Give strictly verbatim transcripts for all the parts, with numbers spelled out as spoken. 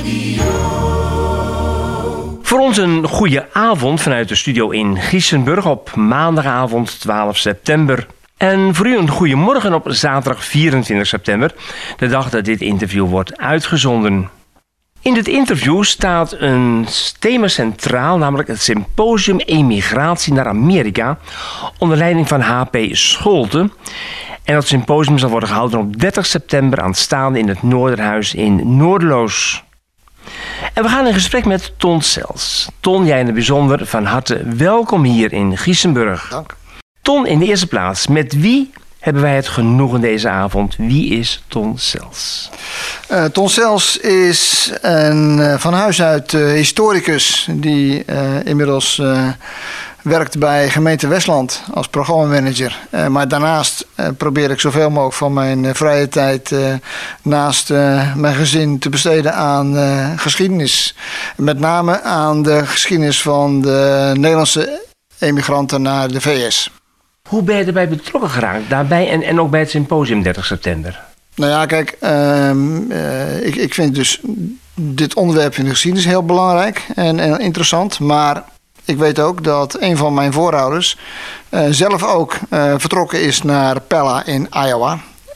Voor ons een goede avond vanuit de studio in Giessenburg op maandagavond twaalf september. En voor u een goede morgen op zaterdag vierentwintig september, de dag dat dit interview wordt uitgezonden. In dit interview staat een thema centraal, namelijk het symposium Emigratie naar Amerika, onder leiding van H P Scholte. En dat symposium zal worden gehouden op dertig september aanstaande in het Noorderhuis in Noorderloos. En we gaan in gesprek met Ton Sels. Ton, jij in het bijzonder van harte welkom hier in Giessenburg. Dank. Ton, in de eerste plaats, met wie hebben wij het genoegen deze avond? Wie is Ton Sels? Uh, Ton Sels is een, uh, van huis uit uh, historicus die uh, inmiddels uh, werkt bij gemeente Westland als programmamanager. Uh, maar daarnaast uh, probeer ik zoveel mogelijk van mijn uh, vrije tijd uh, naast uh, mijn gezin te besteden aan uh, geschiedenis. Met name aan de geschiedenis van de Nederlandse emigranten naar de V S. Hoe ben je erbij betrokken geraakt daarbij en, en ook bij het symposium dertig september? Nou ja, kijk, uh, uh, ik, ik vind dus dit onderwerp in de geschiedenis heel belangrijk en, en interessant. Maar ik weet ook dat een van mijn voorouders uh, zelf ook uh, vertrokken is naar Pella in Iowa.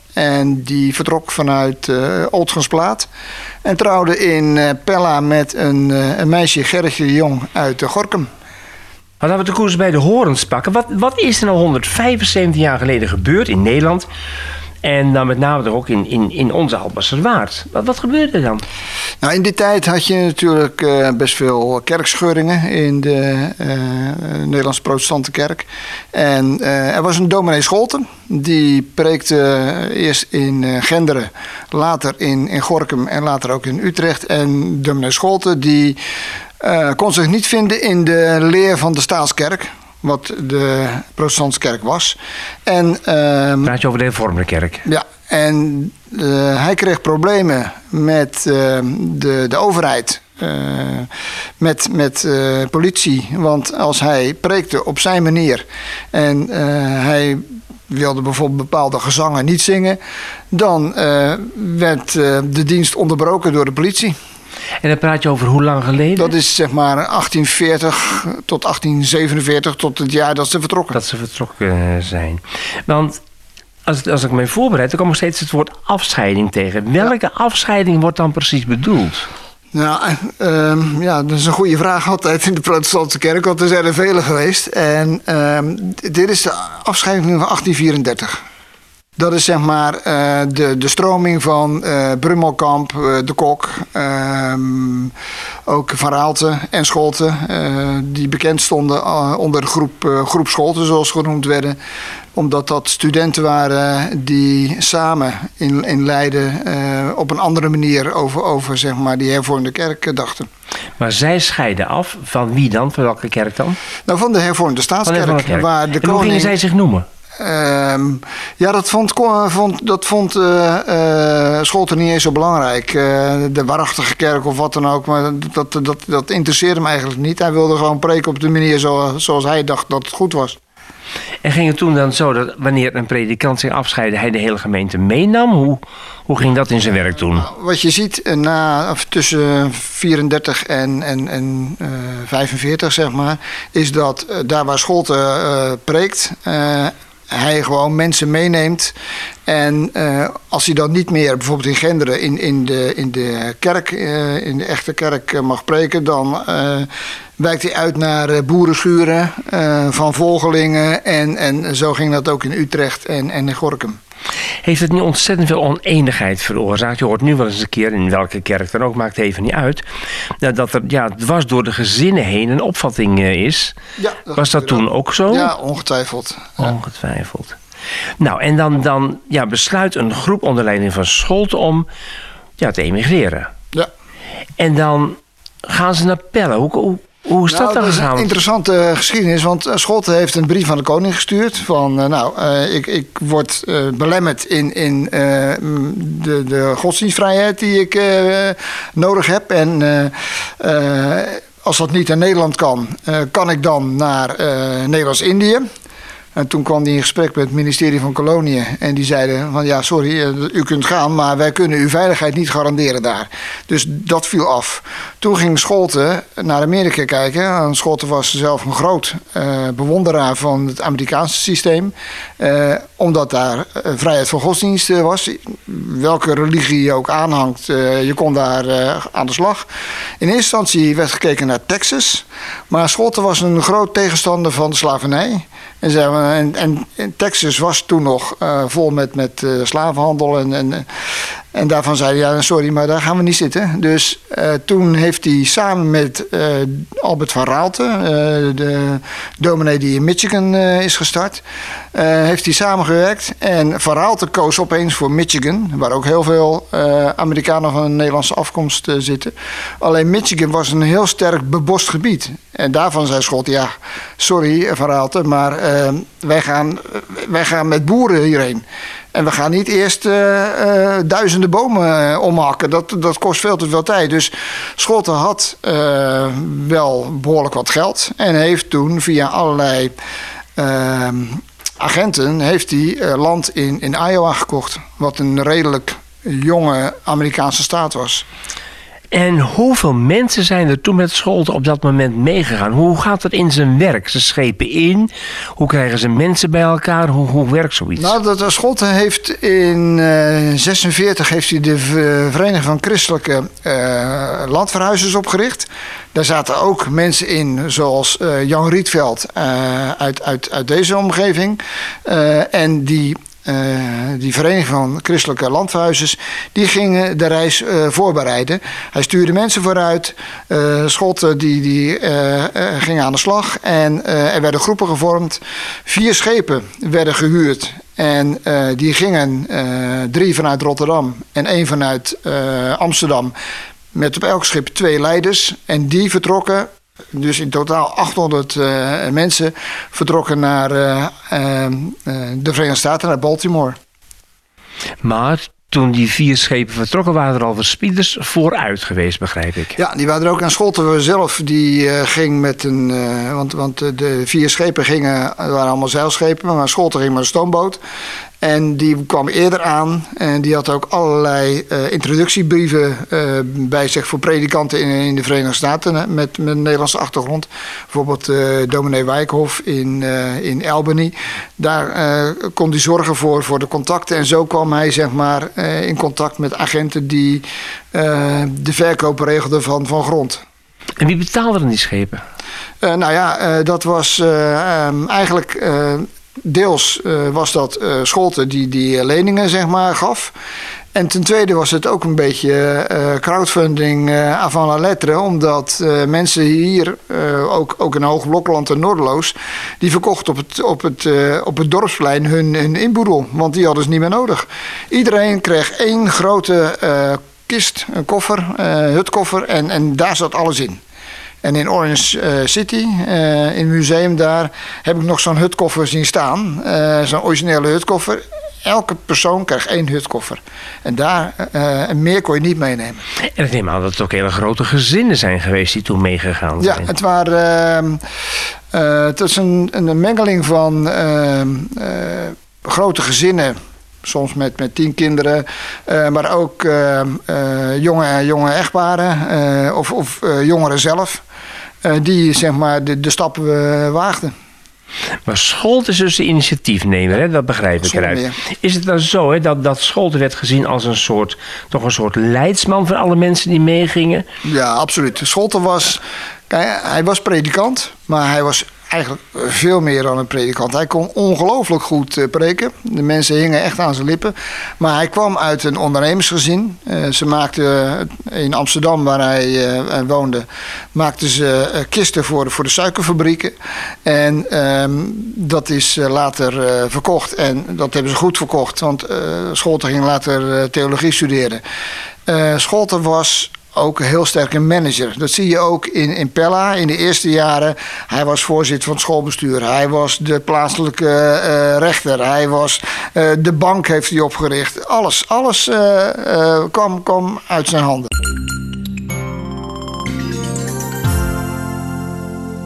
En die vertrok vanuit uh, Oldgensplaat en trouwde in uh, Pella met een, uh, een meisje, Gerritje de Jong, uit uh, Gorinchem. Laten we de koers bij de horens pakken. Wat, wat is er nou honderdvijfenzeventig jaar geleden gebeurd in Nederland? En dan met name ook in, in, in onze Albasserwaard. Wat, wat gebeurde er dan? Nou, in die tijd had je natuurlijk uh, best veel kerkscheuringen in de uh, Nederlandse protestante kerk. En uh, er was een dominee Scholte. Die preekte eerst in uh, Genderen, later in, in Gorinchem en later ook in Utrecht. En dominee Scholte die uh, kon zich niet vinden in de leer van de Staatskerk, wat de protestantse kerk was. En, uh, Praat je over de hervormde kerk? Ja, en uh, hij kreeg problemen met uh, de, de overheid, uh, met, met uh, politie. Want als hij preekte op zijn manier en uh, hij wilde bijvoorbeeld bepaalde gezangen niet zingen, dan uh, werd uh, de dienst onderbroken door de politie. En dan praat je over hoe lang geleden? Dat is zeg maar achttien veertig tot achttien zevenenveertig, tot het jaar dat ze vertrokken. Dat ze vertrokken zijn. Want als, als ik me voorbereid, dan kom ik steeds het woord afscheiding tegen. Welke ja. afscheiding wordt dan precies bedoeld? Nou, uh, ja, dat is een goede vraag altijd in de protestantse kerk, want er zijn er vele geweest. En uh, dit is de afscheiding van achttien vierendertig. Dat is zeg maar uh, de, de stroming van uh, Brummelkamp, uh, De Kok, uh, ook Van Raalte en Scholte. Uh, die bekend stonden uh, onder de groep, uh, groep Scholte, zoals ze genoemd werden. Omdat dat studenten waren die samen in, in Leiden uh, op een andere manier over, over zeg maar, die hervormde kerk dachten. Maar zij scheiden af van wie dan? Van welke kerk dan? Nou, van de hervormde Staatskerk. Kerk. Waar de en koning... hoe gingen zij zich noemen? Uh, ja, dat vond, vond, dat vond uh, uh, Scholte niet eens zo belangrijk. Uh, de waarachtige kerk of wat dan ook. Maar dat, dat, dat interesseerde hem eigenlijk niet. Hij wilde gewoon preken op de manier zoals, zoals hij dacht dat het goed was. En ging het toen dan zo dat wanneer een predikant zich afscheidde, hij de hele gemeente meenam? Hoe, hoe ging dat in zijn werk toen? Wat je ziet na, of tussen vierendertig en, en, en uh, vijfenveertig, zeg maar, is dat uh, daar waar Scholte uh, preekt, Uh, hij gewoon mensen meeneemt. En uh, als hij dan niet meer bijvoorbeeld in Genderen in, in, de, in de kerk, uh, in de echte kerk uh, mag preken, dan uh, wijkt hij uit naar uh, boerenschuren uh, van volgelingen. En, en zo ging dat ook in Utrecht en, en in Gorinchem. Heeft het niet ontzettend veel oneenigheid veroorzaakt? Je hoort nu wel eens een keer, in welke kerk dan ook, maakt even niet uit, dat er ja, dwars door de gezinnen heen een opvatting is. Ja, dat was dat toen ook zo? Ja, ongetwijfeld. Ongetwijfeld. Ja. Nou, en dan, dan ja, besluit een groep onder leiding van Scholte om ja, te emigreren. Ja. En dan gaan ze naar Pella. Hoe, hoe, hoe is nou, dat dan gegaan? Dat is gegaan? een interessante geschiedenis, want Scholte heeft een brief aan de koning gestuurd van, uh, nou, uh, ik, ik word uh, belemmerd in, in uh, de, de godsdienstvrijheid die ik uh, nodig heb. En uh, uh, als dat niet in Nederland kan, uh, kan ik dan naar uh, Nederlands-Indië. En toen kwam hij in gesprek met het ministerie van Koloniën. En die zeiden van ja, sorry, u kunt gaan, maar wij kunnen uw veiligheid niet garanderen daar. Dus dat viel af. Toen ging Scholten naar Amerika kijken. En Scholten was zelf een groot uh, bewonderaar van het Amerikaanse systeem. Uh, omdat daar uh, vrijheid van godsdienst uh, was. Welke religie je ook aanhangt, uh, je kon daar uh, aan de slag. In eerste instantie werd gekeken naar Texas. Maar Scholten was een groot tegenstander van de slavernij. En, ze, en, en, en Texas was toen nog uh, vol met, met uh, slavenhandel. En, en, en daarvan zei hij, ja, sorry, maar daar gaan we niet zitten. Dus uh, toen heeft hij samen met uh, Albert van Raalte, uh, de dominee die in Michigan uh, is gestart, uh, heeft hij samengewerkt. En Van Raalte koos opeens voor Michigan, waar ook heel veel uh, Amerikanen van een Nederlandse afkomst uh, zitten. Alleen Michigan was een heel sterk bebost gebied. En daarvan zei Scholten, ja, sorry Van Raalte, maar uh, wij, gaan, wij gaan met boeren hierheen. En we gaan niet eerst uh, uh, duizenden bomen uh, omhakken. Dat, dat kost veel te veel tijd. Dus Scholten had uh, wel behoorlijk wat geld. En heeft toen via allerlei uh, agenten heeft hij, uh, land in, in Iowa gekocht. Wat een redelijk jonge Amerikaanse staat was. En hoeveel mensen zijn er toen met Scholten op dat moment meegegaan? Hoe gaat het in zijn werk? Ze schepen in. Hoe krijgen ze mensen bij elkaar? Hoe, hoe werkt zoiets? Nou, dat, Scholten heeft in negentien uh, zesenveertig heeft hij de Vereniging van Christelijke uh, Landverhuizers opgericht. Daar zaten ook mensen in, zoals uh, Jan Rietveld uh, uit, uit, uit deze omgeving. Uh, en die... Uh, die Vereniging van Christelijke Landverhuizers, die gingen de reis uh, voorbereiden. Hij stuurde mensen vooruit. Uh, Scholten die, die uh, uh, gingen aan de slag. En uh, er werden groepen gevormd. Vier schepen werden gehuurd. En uh, die gingen uh, drie vanuit Rotterdam en één vanuit uh, Amsterdam. Met op elk schip twee leiders. En die vertrokken. Dus in totaal achthonderd uh, mensen vertrokken naar uh, uh, de Verenigde Staten, naar Baltimore. Maar toen die vier schepen vertrokken, waren er al verspieders vooruit geweest, begrijp ik. Ja, die waren er ook. aan Scholten zelf, die uh, ging met een... Uh, want, want de vier schepen gingen, waren allemaal zeilschepen, maar Scholten ging met een stoomboot. En die kwam eerder aan en die had ook allerlei uh, introductiebrieven uh, bij zich voor predikanten in, in de Verenigde Staten hè, met, met een Nederlandse achtergrond. Bijvoorbeeld uh, dominee Wijkhof in, uh, in Albany. Daar uh, kon hij zorgen voor, voor de contacten en zo kwam hij zeg maar, uh, in contact met agenten die uh, de verkoop regelden van, van grond. En wie betaalde dan die schepen? Uh, nou ja, uh, dat was uh, um, eigenlijk... Uh, Deels uh, was dat uh, Scholten die die leningen zeg maar gaf. En ten tweede was het ook een beetje uh, crowdfunding uh, avant la lettre. Omdat uh, mensen hier, uh, ook, ook in Hoogblokland en Noorderloos... die verkochten op het, op het, uh, op het dorpsplein hun, hun inboedel. Want die hadden ze niet meer nodig. Iedereen kreeg één grote uh, kist, een koffer, uh, hutkoffer. En, en daar zat alles in. En in Orange uh, City, uh, in het museum daar, heb ik nog zo'n hutkoffer zien staan. Uh, zo'n originele hutkoffer. Elke persoon krijgt één hutkoffer. En daar, uh, en meer kon je niet meenemen. En ik neem aan dat het ook hele grote gezinnen zijn geweest die toen meegegaan zijn. Ja, het waren... Uh, uh, het was een, een mengeling van uh, uh, grote gezinnen... Soms met, met tien kinderen, uh, maar ook uh, uh, jonge, jonge echtparen uh, of, of uh, jongeren zelf. Uh, die zeg maar de, de stappen uh, waagden. Maar Scholten is dus de initiatiefnemer, hè? Dat begrijp ik eruit. Meer. Is het dan zo hè, dat, dat Scholten werd gezien als een soort, toch een soort leidsman van alle mensen die meegingen? Ja, absoluut. Scholten was, kijk, hij was predikant, maar hij was eigenlijk veel meer dan een predikant. Hij kon ongelooflijk goed uh, preken. De mensen hingen echt aan zijn lippen. Maar hij kwam uit een ondernemersgezin. Uh, ze maakten uh, in Amsterdam, waar hij uh, woonde, maakten ze uh, kisten voor, voor de suikerfabrieken. En um, dat is uh, later uh, verkocht. En dat hebben ze goed verkocht. Want uh, Scholten ging later uh, theologie studeren. Uh, Scholten was ook heel sterk een manager. Dat zie je ook in, in Pella in de eerste jaren. Hij was voorzitter van het schoolbestuur. Hij was de plaatselijke uh, rechter. Hij was, uh, de bank heeft hij opgericht. Alles, alles uh, uh, kwam, kwam uit zijn handen.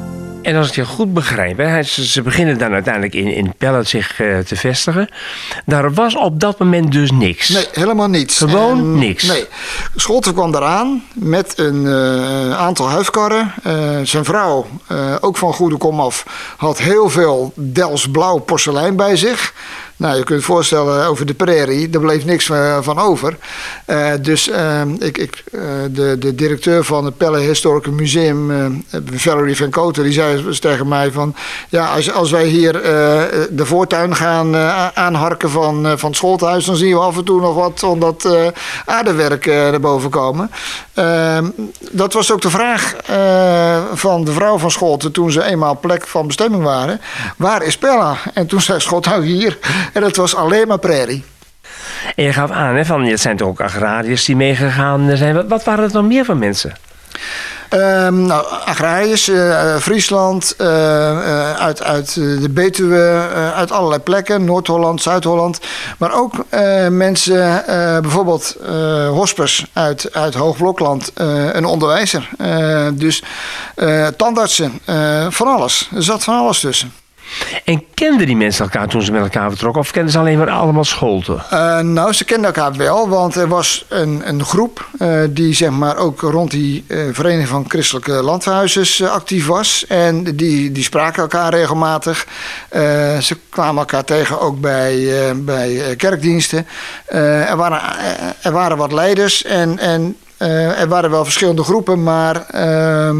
En als ik je goed begrijp, hè, ze, ze beginnen dan uiteindelijk in, in Pelle zich uh, te vestigen. Daar was op dat moment dus niks. Nee, helemaal niets. Gewoon en, niks. Nee. Scholten kwam eraan met een uh, aantal huifkarren. Uh, zijn vrouw, uh, ook van goede kom af, had heel veel Delfts blauw porselein bij zich. Nou, je kunt je voorstellen, over de prairie, daar bleef niks van over. Uh, dus uh, ik, ik, uh, de, de directeur van het Pelle Historical Museum, uh, Valerie van Koten, die zei dus tegen mij van... Ja, als, als wij hier uh, de voortuin gaan uh, aanharken van, uh, van het schoolhuis, dan zien we af en toe nog wat van dat uh, aardewerk uh, naar boven komen. Uh, dat was ook de vraag uh, van de vrouw van Scholten toen ze eenmaal plek van bestemming waren. Waar is Pelle? En toen zei Scholten, nou hier... En dat was alleen maar prairie. En je gaf aan, hè, van, het zijn toch ook agrariërs die meegegaan zijn. Wat, wat waren het nog meer van mensen? Um, nou, agrariërs, uh, Friesland, uh, uh, uit, uit de Betuwe, uh, uit allerlei plekken, Noord-Holland, Zuid-Holland. Maar ook uh, mensen, uh, bijvoorbeeld uh, hospers uit, uit Hoogblokland, uh, een onderwijzer. Uh, dus uh, tandartsen, uh, van alles. Er zat van alles tussen. En kenden die mensen elkaar toen ze met elkaar vertrokken? Of kenden ze alleen maar allemaal Scholten? Uh, nou, ze kenden elkaar wel, want er was een, een groep uh, die zeg maar ook rond die uh, Vereniging van Christelijke Landverhuizers uh, actief was. En die, die spraken elkaar regelmatig. Uh, ze kwamen elkaar tegen ook bij, uh, bij uh, kerkdiensten. Uh, er, waren, uh, er waren wat leiders en, en uh, er waren wel verschillende groepen, maar... Uh,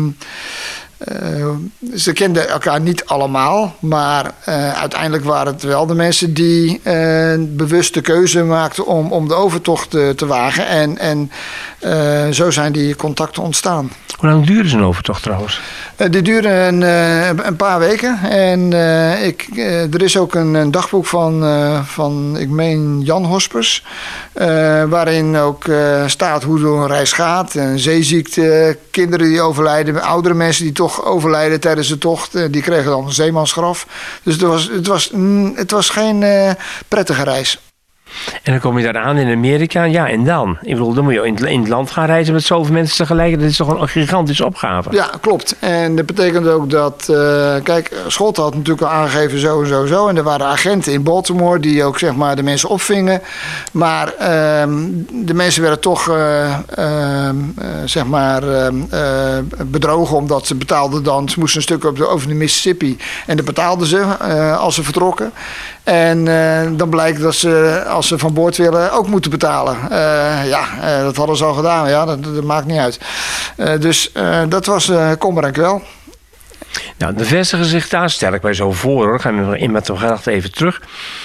Uh, ze kenden elkaar niet allemaal, maar uh, uiteindelijk waren het wel de mensen die uh, bewust de keuze maakten om, om de overtocht te, te wagen. En, en uh, zo zijn die contacten ontstaan. Hoe lang duurde zo'n overtocht trouwens? Uh, die duurde een, uh, een paar weken. En uh, ik, uh, er is ook een, een dagboek van, uh, van, ik meen, Jan Hospers. Uh, waarin ook uh, staat hoe zo'n reis gaat. En zeeziekte, kinderen die overlijden, oudere mensen die toch overlijden tijdens de tocht. Uh, die kregen dan een zeemansgraf. Dus het was, het was, mm, het was geen uh, prettige reis. En dan kom je daar aan in Amerika, ja, en dan? Ik bedoel, dan moet je in het land gaan reizen met zoveel mensen tegelijk. Dat is toch een gigantische opgave? Ja, klopt. En dat betekent ook dat... Uh, kijk, Scholten had natuurlijk al aangegeven zo en zo en zo. En er waren agenten in Baltimore die ook zeg maar de mensen opvingen. Maar uh, de mensen werden toch uh, uh, zeg maar uh, uh, bedrogen omdat ze betaalden dan. Ze moesten een stuk op de, over de Mississippi en dat betaalden ze uh, als ze vertrokken. En uh, dan blijkt dat ze, als ze van boord willen, ook moeten betalen. Uh, ja, uh, dat hadden ze al gedaan. Ja, dat, dat maakt niet uit. Uh, dus uh, dat was uh, kommer en kwel. Nou, de vestigen zich daar, stel ik mij zo voor hoor. Gaan we in met de gedachte even terug.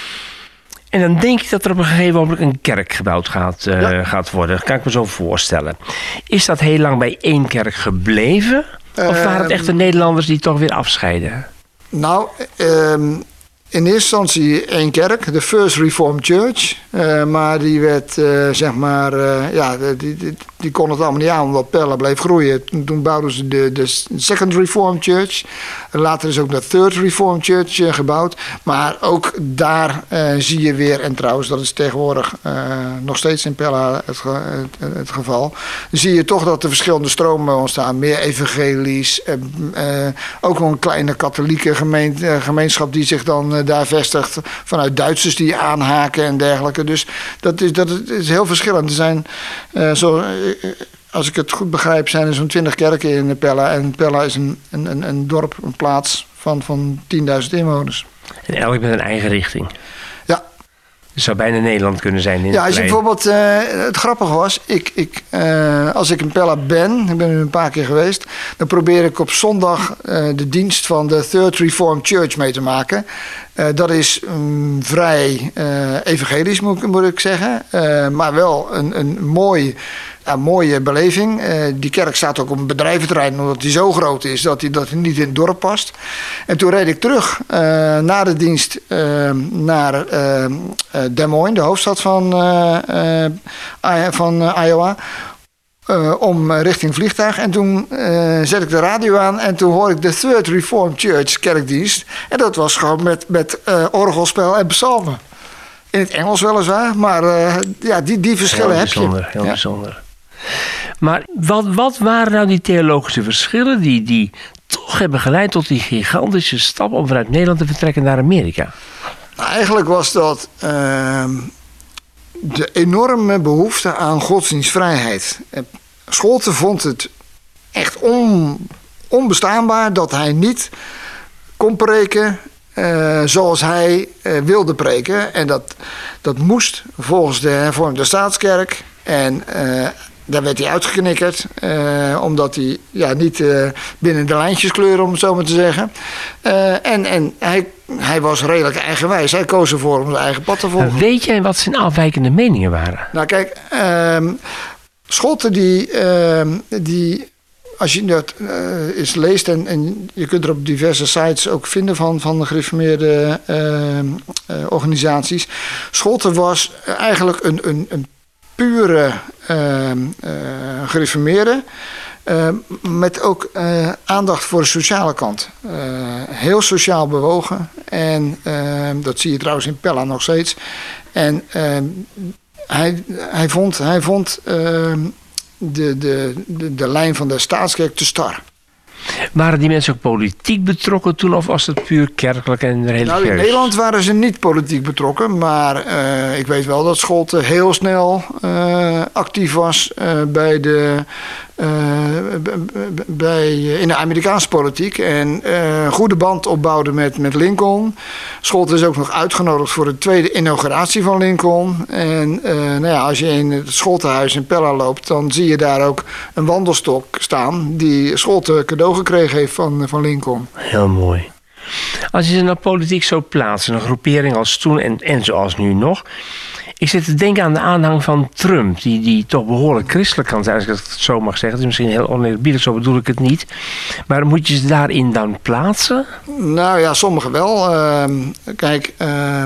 En dan denk ik dat er op een gegeven moment een kerk gebouwd gaat, uh, ja. gaat worden. Dat kan ik me zo voorstellen. Is dat heel lang bij één kerk gebleven? Uh, of waren het echt de Nederlanders die toch weer afscheiden? Nou, uh, in eerste instantie één kerk, de First Reformed Church. Uh, maar die werd, uh, zeg maar, uh, ja, die, die, die kon het allemaal niet aan omdat Pelle bleef groeien. Toen, toen bouwden ze de, de Second Reformed Church. En later is ook de Third Reformed Church uh, gebouwd. Maar ook daar uh, zie je weer, en trouwens dat is tegenwoordig uh, nog steeds in Pelle het, ge, het, het geval. Dan zie je toch dat er verschillende stromen ontstaan. Meer evangelisch, uh, uh, ook een kleine katholieke gemeen, uh, gemeenschap die zich dan... Uh, daar vestigt vanuit Duitsers die aanhaken en dergelijke. Dus dat is, dat is heel verschillend. Er zijn, uh, zo, als ik het goed begrijp, zijn er zo'n twintig kerken in Pelle. En Pelle is een, een, een dorp, een plaats van, van tienduizend inwoners. En elk met een eigen richting. Ja. Het zou bijna Nederland kunnen zijn. In ja, als je bijvoorbeeld, uh, het grappige was, ik, ik, uh, als ik in Pelle ben, ik ben er een paar keer geweest, dan probeer ik op zondag uh, de dienst van de Third Reformed Church mee te maken. Uh, dat is um, vrij uh, evangelisch, moet, moet ik zeggen, uh, maar wel een, een mooi... Ja, mooie beleving. Uh, die kerk staat ook op een bedrijventerrein, omdat die zo groot is dat hij dat hij niet in het dorp past. En toen reed ik terug uh, na de dienst uh, naar uh, uh, Des Moines, de hoofdstad van, uh, uh, van uh, Iowa. Uh, om uh, richting vliegtuig. En toen uh, zet ik de radio aan en toen hoor ik de Third Reformed Church kerkdienst. En dat was gewoon met, met uh, orgelspel en psalmen. In het Engels weliswaar, maar uh, ja, die, die verschillen heb je. Heel bijzonder, heel ja. bijzonder. Maar wat, wat waren nou die theologische verschillen, die, die toch hebben geleid tot die gigantische stap om vanuit Nederland te vertrekken naar Amerika? Nou, eigenlijk was dat uh, de enorme behoefte aan godsdienstvrijheid. Scholten vond het echt on, onbestaanbaar dat hij niet kon preken uh, zoals hij uh, wilde preken. En dat, dat moest volgens de hervormde staatskerk. En uh, daar werd hij uitgeknikkerd, uh, omdat hij ja, niet uh, binnen de lijntjes kleurde, om het zo maar te zeggen. Uh, en en hij, hij was redelijk eigenwijs. Hij koos ervoor om zijn eigen pad te volgen. Weet jij wat zijn afwijkende meningen waren? Nou kijk, uh, Scholten die, uh, die, als je dat uh, eens leest, en, en je kunt er op diverse sites ook vinden van, van de gereformeerde uh, uh, organisaties. Scholten was eigenlijk een, een, een pure uh, uh, gereformeerde, uh, met ook uh, aandacht voor de sociale kant. Uh, heel sociaal bewogen en uh, dat zie je trouwens in Pella nog steeds. En uh, hij, hij vond, hij vond uh, de, de, de, de lijn van de staatskerk te star. Waren die mensen ook politiek betrokken toen, of was het puur kerkelijk en religieus? Nou, in Nederland waren ze niet politiek betrokken, maar uh, ik weet wel dat Scholten heel snel uh, actief was uh, bij de, uh, bij, in de Amerikaanse politiek en uh, een goede band opbouwde met, met Lincoln. Scholten is ook nog uitgenodigd voor de tweede inauguratie van Lincoln. En uh, nou ja, als je in het Scholtenhuis in Pella loopt, dan zie je daar ook een wandelstok staan die Scholten cadeau gekregen heeft van, van Lincoln. Heel mooi. Als je ze nou politiek zo plaatst, een groepering als toen en, en zoals nu nog. Ik zit te denken aan de aanhang van Trump, die, die toch behoorlijk christelijk kan zijn, als ik het zo mag zeggen. Het is misschien heel oneerbiedig, zo bedoel ik het niet. Maar moet je ze daarin dan plaatsen? Nou ja, sommigen wel. Uh, kijk, uh,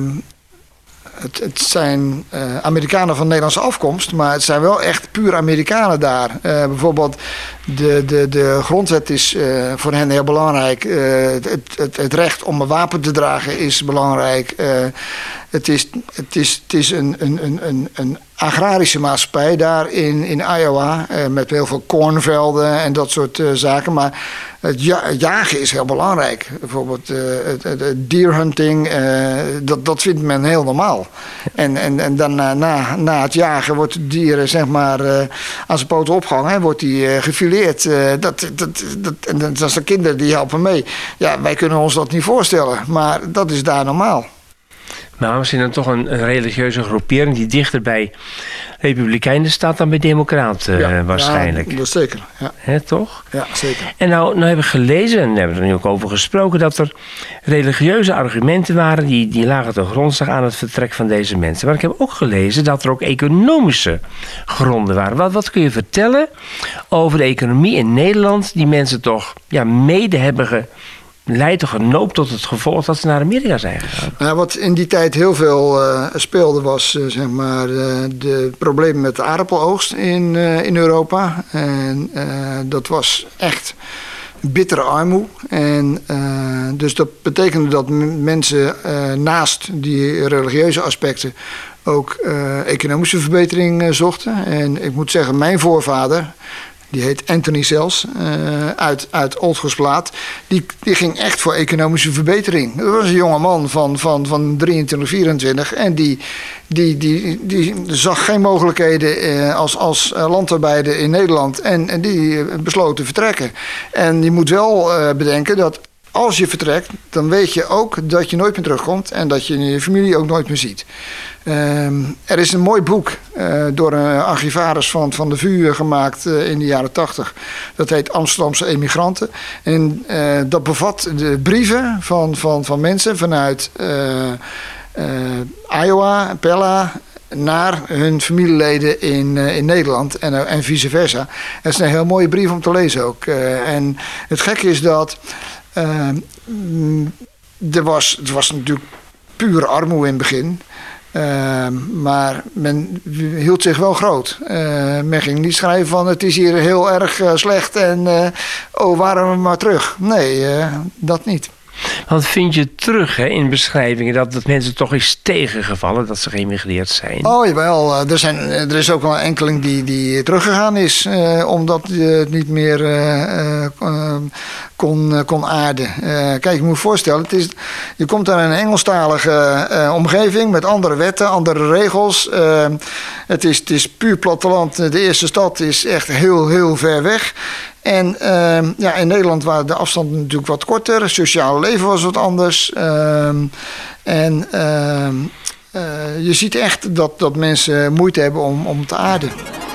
het, het zijn uh, Amerikanen van Nederlandse afkomst, maar het zijn wel echt puur Amerikanen daar. Uh, bijvoorbeeld de, de, de grondwet is uh, voor hen heel belangrijk. Uh, het, het, het recht om een wapen te dragen is belangrijk. Uh, het is, het is, het is een, een, een, een agrarische maatschappij daar in, in Iowa, uh, met heel veel cornvelden en dat soort uh, zaken. Maar het, ja, het jagen is heel belangrijk. Bijvoorbeeld uh, het, het, het deerhunting, uh, dat, dat vindt men heel normaal. En, en, en dan uh, na, na het jagen wordt het dier zeg maar, uh, aan zijn poten opgehangen en wordt die uh, gefileerd. Uh, dat, dat, dat, en dat zijn de kinderen die helpen mee. Ja, wij kunnen ons dat niet voorstellen, maar dat is daar normaal. Maar misschien dan toch een, een religieuze groepering die dichter bij Republikeinen staat dan bij Democraten ja, waarschijnlijk. Ja, dat is zeker. Ja. He, toch? Ja, zeker. En nou, nou heb ik gelezen, en daar hebben we er nu ook over gesproken, dat er religieuze argumenten waren die, die lagen ten grondslag aan het vertrek van deze mensen. Maar ik heb ook gelezen dat er ook economische gronden waren. Wat, wat kun je vertellen over de economie in Nederland die mensen toch ja, mede hebben ge, leidt of genoopt tot het gevolg dat ze naar Amerika zijn gegaan? Nou, wat in die tijd heel veel uh, speelde was uh, zeg maar, uh, de problemen met de aardappeloogst in, uh, in Europa. En uh, dat was echt bittere armoede. En uh, dus dat betekende dat m- mensen uh, naast die religieuze aspecten ook uh, economische verbetering uh, zochten. En ik moet zeggen, mijn voorvader, die heet Anthony Sells, uh, uit, uit Oldgospelaat. Die, die ging echt voor economische verbetering. Dat was een jonge man van, van, van drieëntwintig, vierentwintig. En die, die, die, die zag geen mogelijkheden uh, als, als landarbeider in Nederland. En, en die besloot te vertrekken. En je moet wel uh, bedenken dat als je vertrekt, dan weet je ook dat je nooit meer terugkomt. En dat je je familie ook nooit meer ziet. Uh, er is een mooi boek uh, door een archivaris van, van de V U gemaakt uh, in de jaren tachtig. Dat heet Amsterdamse Emigranten. En uh, dat bevat de brieven van, van, van mensen vanuit uh, uh, Iowa, Pella, naar hun familieleden in, uh, in Nederland en, uh, en vice versa. Het is een heel mooie brief om te lezen ook. Uh, en het gekke is dat uh, er was, er was natuurlijk pure armoede in het begin. Uh, maar men hield zich wel groot. Uh, men ging niet schrijven van het is hier heel erg uh, slecht en uh, oh, waren we maar terug. Nee, uh, dat niet. Want vind je terug hè, in beschrijvingen dat, dat mensen toch is tegengevallen dat ze geëmigreerd zijn? Oh jawel, er, zijn, er is ook wel een enkeling die, die teruggegaan is, eh, omdat hij het niet meer eh, uh, kon, kon aarden. Uh, kijk, je moet je voorstellen, het is, je komt daar in een Engelstalige uh, omgeving met andere wetten, andere regels. Uh, het, is, het is puur platteland. De eerste stad is echt heel, heel ver weg. En uh, ja, in Nederland waren de afstanden natuurlijk wat korter. Het sociale leven was wat anders. Uh, en uh, uh, je ziet echt dat, dat mensen moeite hebben om, om te aarden.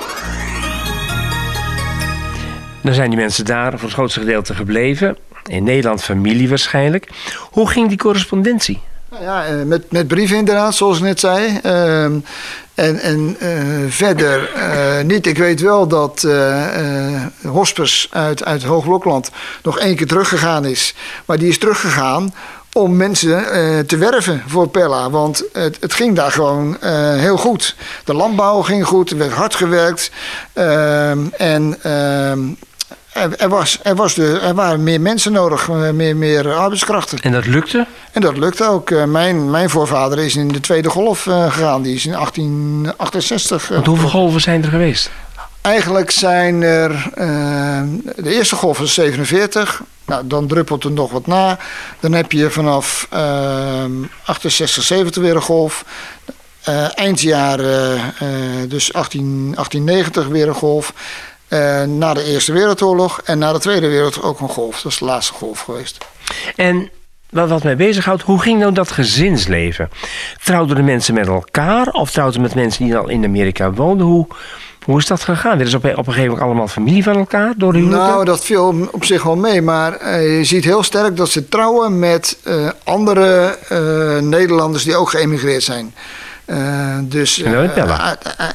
Dan zijn die mensen daar voor het grootste gedeelte gebleven. In Nederland familie waarschijnlijk. Hoe ging die correspondentie? Nou ja, met, met brieven inderdaad, zoals ik net zei. Uh, en en uh, verder uh, niet. Ik weet wel dat uh, uh, Hospers uit, uit Hoog-Blokland nog één keer teruggegaan is. Maar die is teruggegaan om mensen uh, te werven voor Pella. Want het, het ging daar gewoon uh, heel goed. De landbouw ging goed, er werd hard gewerkt. Uh, en... Uh, Er, was, er, was de, er waren meer mensen nodig, meer, meer arbeidskrachten. En dat lukte? En dat lukte ook. Mijn, mijn voorvader is in de tweede golf gegaan. Die is in achttien achtenzestig. Want hoeveel golven zijn er geweest? Eigenlijk zijn er... Uh, de eerste golf was zevenenveertig. Nou, dan druppelt er nog wat na. Dan heb je vanaf uh, achtenzestig, zeventig weer een golf. Uh, eindjaren, uh, dus achttien, achttiennegentig weer een golf. Uh, na de Eerste Wereldoorlog en na de Tweede Wereldoorlog ook een golf. Dat is de laatste golf geweest. En wat, wat mij bezighoudt, hoe ging nou dat gezinsleven? Trouwden de mensen met elkaar of trouwden met mensen die al in Amerika woonden? Hoe, hoe is dat gegaan? Werden ze op, op een gegeven moment allemaal familie van elkaar door de huwelijken? Nou, dat viel op zich wel mee. Maar uh, je ziet heel sterk dat ze trouwen met uh, andere uh, Nederlanders die ook geëmigreerd zijn. Uh, dus, uh, nou, in Pella. Uh, uh,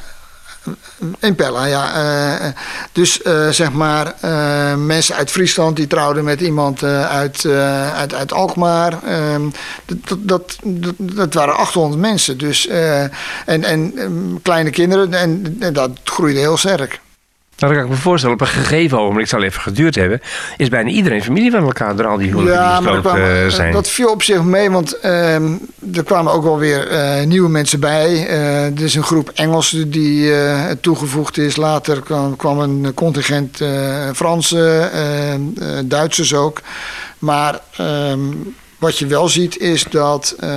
In Pella, ja. Uh, dus uh, zeg maar, uh, mensen uit Friesland die trouwden met iemand uh, uit, uh, uit, uit Alkmaar. Uh, dat, dat, dat, dat waren achthonderd mensen. Dus, uh, en en um, kleine kinderen, en, en dat groeide heel sterk. Nou, dan kan ik me voorstellen, op een gegeven ogenblik, het zal even geduurd hebben, is bijna iedereen familie van elkaar door al die huwelijken ja, die gesloten kwamen, zijn. Dat viel op zich mee, want uh, er kwamen ook wel weer uh, nieuwe mensen bij. Uh, er is een groep Engelsen die uh, toegevoegd is. Later kwam, kwam een contingent uh, Fransen, uh, uh, Duitsers ook. Maar uh, wat je wel ziet is dat uh,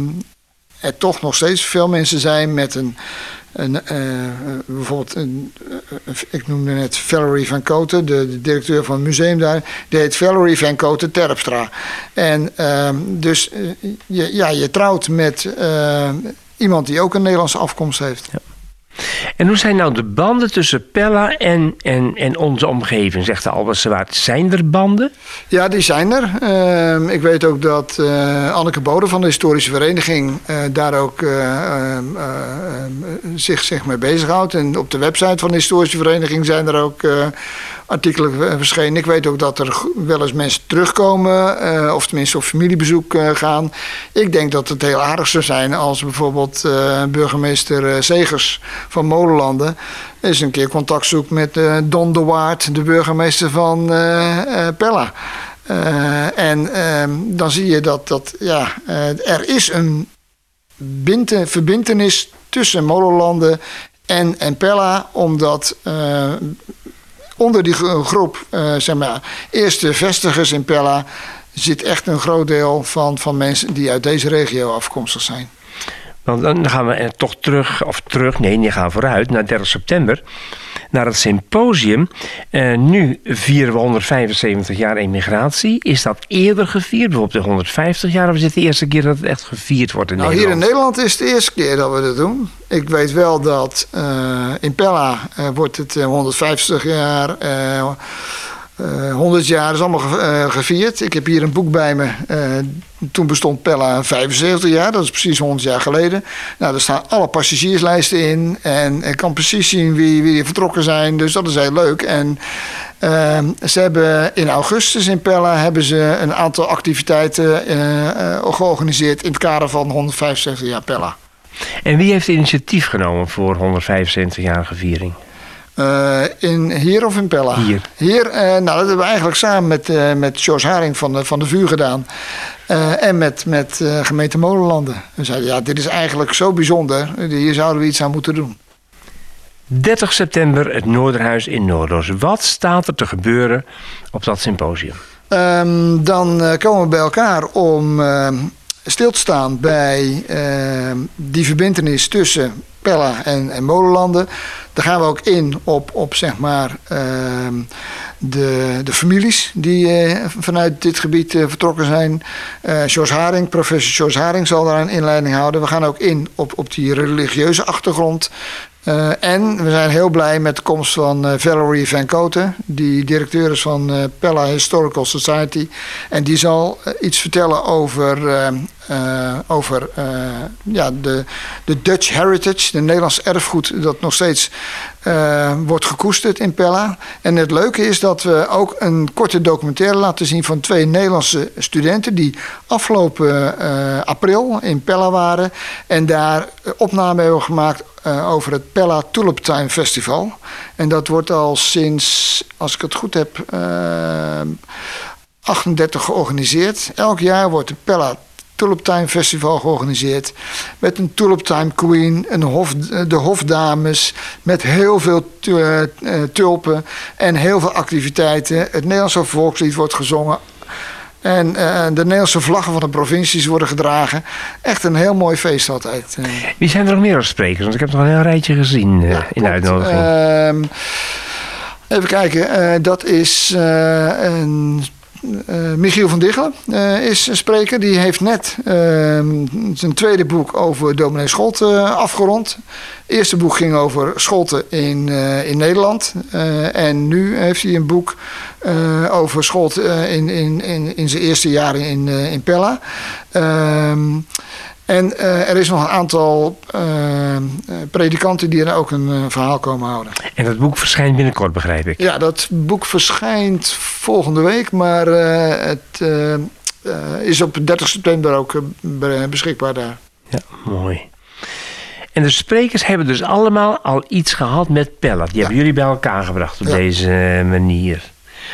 er toch nog steeds veel mensen zijn met een... Een, uh, bijvoorbeeld, een, uh, ik noemde net Valerie van Koten, de, de directeur van het museum daar. Die heet Valerie van Koten Terpstra. En uh, dus uh, je, ja, je trouwt met uh, iemand die ook een Nederlandse afkomst heeft. Ja. En hoe zijn nou de banden tussen Pella en, en, en onze omgeving, zegt de Albertsewaard? Zijn er banden? Ja, die zijn er. Uh, ik weet ook dat uh, Anneke Bode van de Historische Vereniging uh, daar ook uh, uh, uh, zich, zich mee bezighoudt. En op de website van de Historische Vereniging zijn er ook uh, artikelen verschenen. Ik weet ook dat er wel eens mensen terugkomen, uh, of tenminste op familiebezoek uh, gaan. Ik denk dat het heel aardig zou zijn als bijvoorbeeld uh, burgemeester Segers van Molenlanden eens een keer contact zoekt met uh, Don de Waard, de burgemeester van uh, uh, Pella. Uh, en uh, dan zie je dat, dat ja, uh, er is een binte, verbintenis tussen Molenlanden en, en Pella, omdat uh, onder die groep, uh, zeg maar, eerste vestigers in Pella zit echt een groot deel van, van mensen die uit deze regio afkomstig zijn. Want dan gaan we toch terug, of terug, nee, die gaan vooruit naar dertig september, naar het symposium. Uh, nu vieren we honderdvijfenzeventig jaar emigratie. Is dat eerder gevierd, bijvoorbeeld de honderdvijftig jaar, of is het de eerste keer dat het echt gevierd wordt in nou, Nederland? Hier in Nederland is het de eerste keer dat we dat doen. Ik weet wel dat uh, in Pella uh, wordt het uh, honderdvijftig jaar... Uh, Uh, honderd jaar is allemaal ge, uh, gevierd. Ik heb hier een boek bij me. Uh, toen bestond Pella vijfenzeventig jaar. Dat is precies honderd jaar geleden. Nou, daar staan alle passagierslijsten in. En ik kan precies zien wie, wie er vertrokken zijn. Dus dat is heel leuk. En uh, ze hebben in augustus in Pella hebben ze een aantal activiteiten uh, uh, georganiseerd in het kader van honderdvijfenzeventig jaar Pella. En wie heeft initiatief genomen voor honderdvijfenzeventig-jarige viering? Uh, in, hier of in Pella? Hier. Hier, uh, nou, dat hebben we eigenlijk samen met, uh, met George Haring van de, van de V U gedaan. Uh, en met, met uh, gemeente Molenlanden. We zeiden, ja, dit is eigenlijk zo bijzonder. Hier zouden we iets aan moeten doen. dertig september, het Noorderhuis in Noordoos. Wat staat er te gebeuren op dat symposium? Um, dan uh, komen we bij elkaar om uh, stil te staan bij uh, die verbintenis tussen Pella en, en Molenlanden. Daar gaan we ook in op, op zeg maar, uh, de, de families die uh, vanuit dit gebied uh, vertrokken zijn. Uh, George Haring, professor George Haring zal daar een inleiding houden. We gaan ook in op, op die religieuze achtergrond. Uh, en we zijn heel blij met de komst van uh, Valerie Van Coten, die directeur is van uh, Pella Historical Society. En die zal uh, iets vertellen over, uh, uh, over uh, ja, de, de Dutch heritage, de Nederlands erfgoed dat nog steeds uh, wordt gekoesterd in Pella. En het leuke is dat we ook een korte documentaire laten zien van twee Nederlandse studenten die afgelopen uh, april in Pella waren en daar opname hebben gemaakt Uh, over het Pella Tulip Time Festival. En dat wordt al sinds, als ik het goed heb, uh, achtendertig georganiseerd. Elk jaar wordt het Pella Tulip Time Festival georganiseerd. Met een Tulip Time Queen, een hof, de hofdames, met heel veel uh, tulpen en heel veel activiteiten. Het Nederlandse volkslied wordt gezongen. En uh, de Nederlandse vlaggen van de provincies worden gedragen. Echt een heel mooi feest altijd. Wie zijn er nog meer als sprekers? Want ik heb nog een heel rijtje gezien uh, ja, in de uitnodiging. Uh, even kijken. Uh, dat is uh, een... Uh, Michiel van Diggelen uh, is een spreker. Die heeft net uh, zijn tweede boek over dominee Scholte uh, afgerond. Het eerste boek ging over Scholte in, uh, in Nederland. Uh, en nu heeft hij een boek uh, over Scholte uh, in, in, in, in zijn eerste jaren in, uh, in Pella. Uh, En uh, er is nog een aantal uh, predikanten die er ook een uh, verhaal komen houden. En dat boek verschijnt binnenkort, begrijp ik? Ja, dat boek verschijnt volgende week, maar uh, het uh, uh, is op dertig september ook uh, beschikbaar daar. Ja, mooi. En de sprekers hebben dus allemaal al iets gehad met Pella. Die ja. hebben jullie bij elkaar gebracht op ja. deze manier.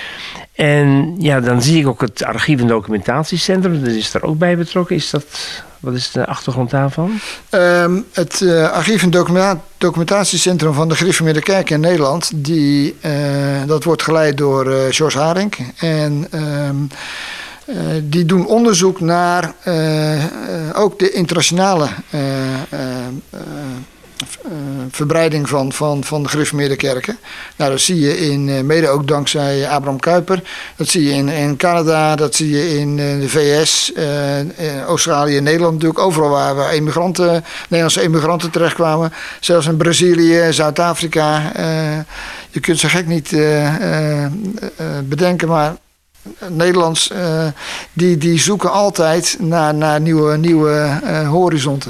En ja, dan zie ik ook het archief- en documentatiecentrum. Dat is daar ook bij betrokken. Is dat, wat is de achtergrond daarvan? Um, het uh, archief- en documenta- documentatiecentrum van de Gereformeerde Kerk in Nederland, die, uh, dat wordt geleid door uh, George Haring. En um, uh, die doen onderzoek naar uh, uh, ook de internationale uh, uh, uh, Uh, verbreiding van, van, van de gereformeerde kerken. Nou, dat zie je in, uh, mede ook dankzij Abraham Kuyper. Dat zie je in, in Canada, dat zie je in uh, de V S, uh, in Australië, Nederland natuurlijk. Overal waar we emigranten, Nederlandse emigranten terechtkwamen. Zelfs in Brazilië, Zuid-Afrika. Uh, je kunt zo gek niet uh, uh, uh, bedenken, maar Nederlands, uh, die, die zoeken altijd naar, naar nieuwe, nieuwe uh, horizonten.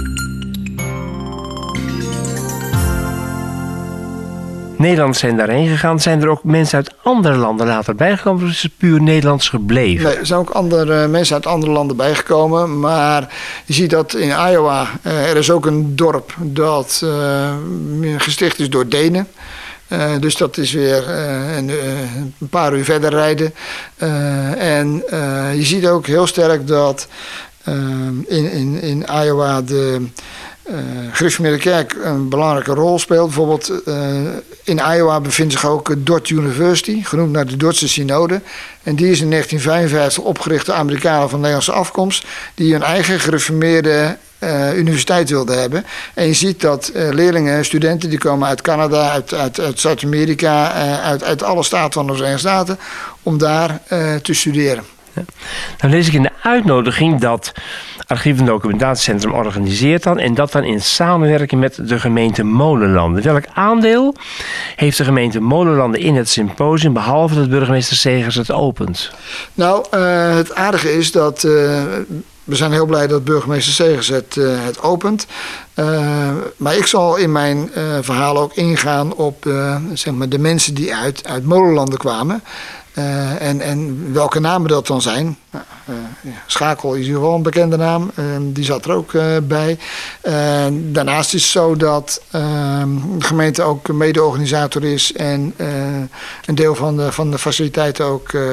Nederlanders zijn daarheen gegaan. Zijn er ook mensen uit andere landen later bijgekomen? Of is het puur Nederlands gebleven? Nee, er zijn ook andere mensen uit andere landen bijgekomen. Maar je ziet dat in Iowa, uh, er is ook een dorp dat uh, gesticht is door Denen. Uh, dus dat is weer uh, een, uh, een paar uur verder rijden. Uh, en uh, je ziet ook heel sterk dat uh, in, in, in Iowa de Uh, Gereformeerde Kerk een belangrijke rol speelt. Bijvoorbeeld uh, in Iowa bevindt zich ook Dort University, genoemd naar de Dordtse synode. En die is in negentien vijfenvijftig opgericht door Amerikanen van Nederlandse afkomst, die hun eigen gereformeerde uh, universiteit wilden hebben. En je ziet dat uh, leerlingen, studenten, die komen uit Canada, uit, uit, uit Zuid-Amerika, uh, uit, uit alle staten van de Verenigde Staten, om daar uh, te studeren. Ja. Dan lees ik in de uitnodiging dat Archief- en Documentatiecentrum organiseert dan en dat dan in samenwerking met de gemeente Molenlanden. Welk aandeel heeft de gemeente Molenlanden in het symposium, behalve dat burgemeester Segers het opent? Nou, uh, het aardige is dat uh, we zijn heel blij dat burgemeester Segers het, uh, het opent. Uh, maar ik zal in mijn uh, verhaal ook ingaan op uh, zeg maar de mensen die uit, uit Molenlanden kwamen. Uh, en, en welke namen dat dan zijn. Nou, uh, ja, Schakel is in ieder geval een bekende naam. Uh, die zat er ook uh, bij. Uh, daarnaast is het zo dat uh, de gemeente ook mede-organisator is. En uh, een deel van de, van de faciliteiten ook uh,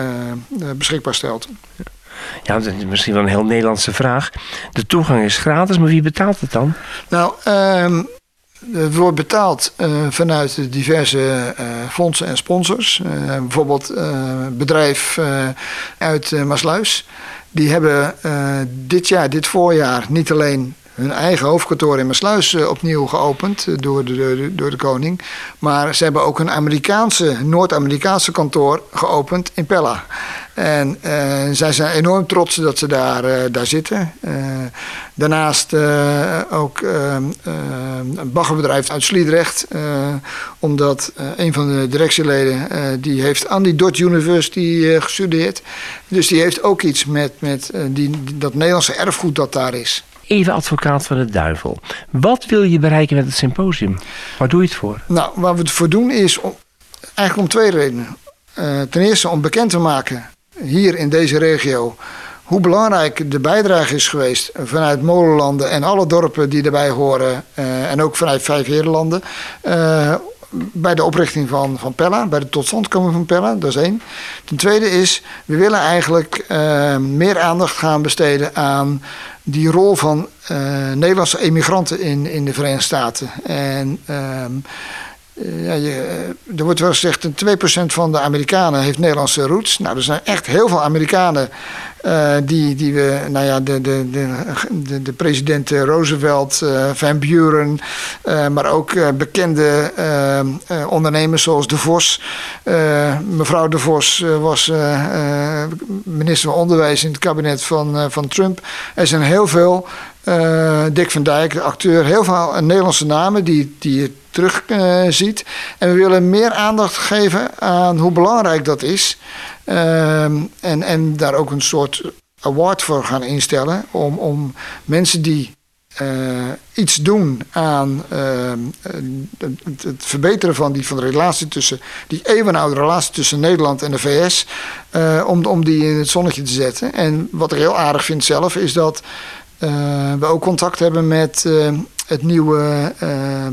uh, beschikbaar stelt. Ja, dat is misschien wel een heel Nederlandse vraag. De toegang is gratis, maar wie betaalt het dan? Nou, uh, het wordt betaald uh, vanuit de diverse uh, fondsen en sponsors. Uh, bijvoorbeeld uh, bedrijf uh, uit uh, Maasluis. Die hebben uh, dit jaar, dit voorjaar, niet alleen hun eigen hoofdkantoor in Maasluis uh, opnieuw geopend uh, door, de, door, de, door de koning. Maar ze hebben ook een Amerikaanse, Noord-Amerikaanse kantoor geopend in Pella. En uh, zij zijn enorm trots dat ze daar, uh, daar zitten. Uh, daarnaast uh, ook uh, uh, een baggerbedrijf uit Sliedrecht. Uh, omdat uh, een van de directieleden, uh, die heeft aan die Dodge University uh, gestudeerd. Dus die heeft ook iets met, met uh, die, dat Nederlandse erfgoed dat daar is. Even advocaat van de duivel. Wat wil je bereiken met het symposium? Waar doe je het voor? Nou, waar we het voor doen is om, eigenlijk om twee redenen. Uh, ten eerste om bekend te maken hier in deze regio hoe belangrijk de bijdrage is geweest vanuit Molenlanden en alle dorpen die erbij horen. Uh, en ook vanuit Vijfheerenlanden. Uh, bij de oprichting van, van Pella, bij de totstandkoming van Pella, dat is één. Ten tweede is, we willen eigenlijk uh, meer aandacht gaan besteden aan die rol van uh, Nederlandse emigranten in, in de Verenigde Staten. En uh, ja, je, er wordt wel gezegd, twee procent van de Amerikanen heeft Nederlandse roots. Nou, er zijn echt heel veel Amerikanen uh, die, die we, nou ja, de, de, de, de, de president Roosevelt, uh, Van Buren, uh, maar ook uh, bekende uh, uh, ondernemers zoals De Vos. Uh, mevrouw De Vos uh, was uh, uh, minister van Onderwijs in het kabinet van, uh, van Trump. Er zijn heel veel, uh, Dick van Dijk, de acteur, heel veel Nederlandse namen die, die je terug uh, ziet. En we willen meer aandacht geven aan hoe belangrijk dat is. Uh, en, en daar ook een soort award voor gaan instellen. Om, om mensen die uh, iets doen aan uh, het, het verbeteren van, die, van de relatie tussen, die eeuwenoude relatie tussen Nederland en de V S. Uh, om, om die in het zonnetje te zetten. En wat ik heel aardig vind zelf is dat uh, we ook contact hebben met uh, het nieuwe Uh,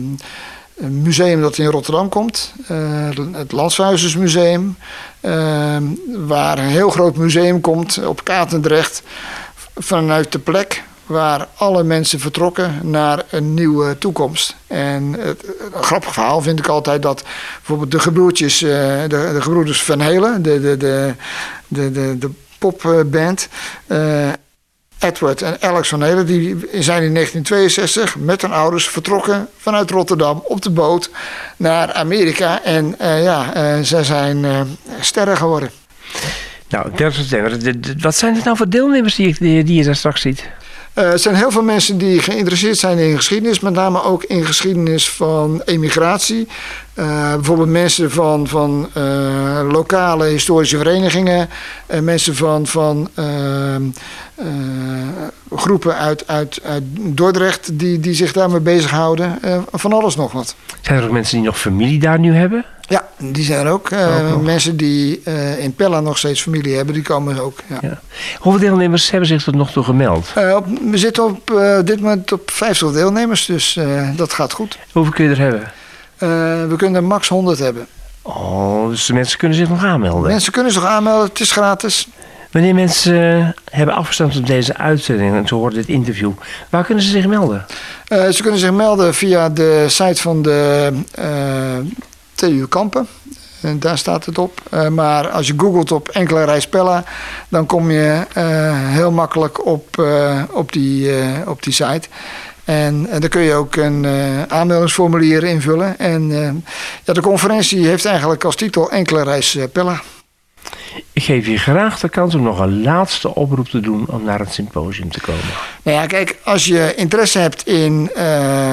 Een museum dat in Rotterdam komt, uh, het Landshuizersmuseum, uh, waar een heel groot museum komt op Katendrecht vanuit de plek waar alle mensen vertrokken naar een nieuwe toekomst. En het, een grappig verhaal vind ik altijd dat bijvoorbeeld de gebroertjes, uh, de, de gebroeders Van Helen, de, de, de, de, de, de popband, uh, Edward en Alex Van Helen, die zijn in negentien tweeënzestig met hun ouders vertrokken vanuit Rotterdam op de boot naar Amerika. En uh, ja, uh, zij zijn uh, sterren geworden. Nou, dertig september. Wat zijn het nou voor deelnemers die, die, die je daar straks ziet? Uh, er zijn heel veel mensen die geïnteresseerd zijn in geschiedenis, met name ook in geschiedenis van emigratie. Uh, bijvoorbeeld mensen van, van uh, lokale historische verenigingen, uh, mensen van, van uh, uh, groepen uit, uit, uit Dordrecht die, die zich daarmee bezighouden. Uh, van alles nog wat. Zijn er ook mensen die nog familie daar nu hebben? Ja, die zijn er ook. Uh, ook mensen die uh, in Pella nog steeds familie hebben, die komen ook. Ja. Ja. Hoeveel deelnemers hebben zich tot nog toe gemeld? Uh, op, we zitten op uh, dit moment op vijftig deelnemers, dus uh, dat gaat goed. Hoeveel kun je er hebben? Uh, we kunnen er max honderd hebben. Oh, dus de mensen kunnen zich nog aanmelden? Mensen kunnen zich aanmelden, het is gratis. Wanneer mensen uh, hebben afgestemd op deze uitzending en ze horen dit interview, waar kunnen ze zich melden? Uh, ze kunnen zich melden via de site van de uh, T U Kampen. En daar staat het op. Uh, maar als je googelt op Enkele Reis Pella, dan kom je uh, heel makkelijk op, uh, op, die, uh, op die site. En, en dan kun je ook een uh, aanmeldingsformulier invullen. En uh, ja, de conferentie heeft eigenlijk als titel Enkele Reis Pella. Ik geef je graag de kans om nog een laatste oproep te doen om naar het symposium te komen. Nou ja, kijk, als je interesse hebt in uh,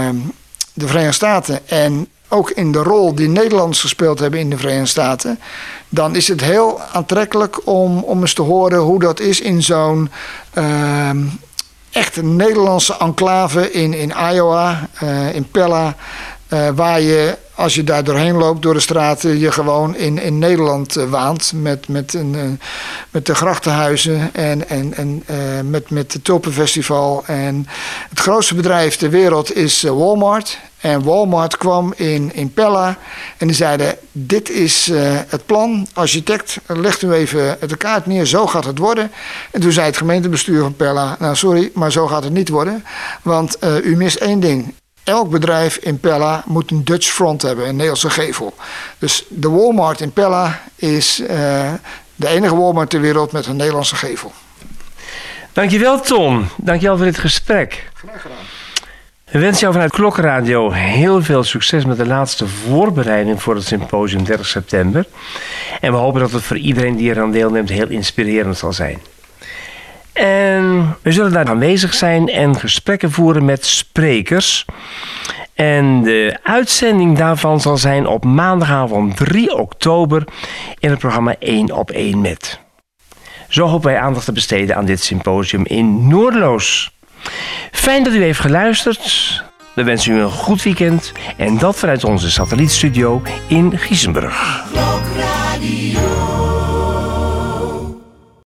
de Verenigde Staten en ook in de rol die Nederlanders gespeeld hebben in de Verenigde Staten, dan is het heel aantrekkelijk om, om eens te horen hoe dat is in zo'n uh, echt Nederlandse enclave in, in Iowa, uh, in Pella. Uh, waar je, als je daar doorheen loopt, door de straten, je gewoon in, in Nederland uh, waant. Met, met, een, uh, met de grachtenhuizen en, en, en uh, met, met het Tulpenfestival. En het grootste bedrijf ter wereld is uh, Walmart. En Walmart kwam in, in Pella en die zeiden, dit is uh, het plan. Architect, leg u even de kaart neer, zo gaat het worden. En toen zei het gemeentebestuur van Pella, nou sorry, maar zo gaat het niet worden. Want uh, u mist één ding. Elk bedrijf in Pella moet een Dutch front hebben, een Nederlandse gevel. Dus de Walmart in Pella is uh, de enige Walmart ter wereld met een Nederlandse gevel. Dankjewel Ton, dankjewel voor dit gesprek. Graag gedaan. We wensen jou vanuit Klokkenradio heel veel succes met de laatste voorbereiding voor het symposium dertig september. En we hopen dat het voor iedereen die eraan deelneemt heel inspirerend zal zijn. En we zullen daar aanwezig zijn en gesprekken voeren met sprekers. En de uitzending daarvan zal zijn op maandagavond drie oktober in het programma één op één met. Zo hopen wij aandacht te besteden aan dit symposium in Noorderloos. Fijn dat u heeft geluisterd. We wensen u een goed weekend. En dat vanuit onze satellietstudio in Giesenburg.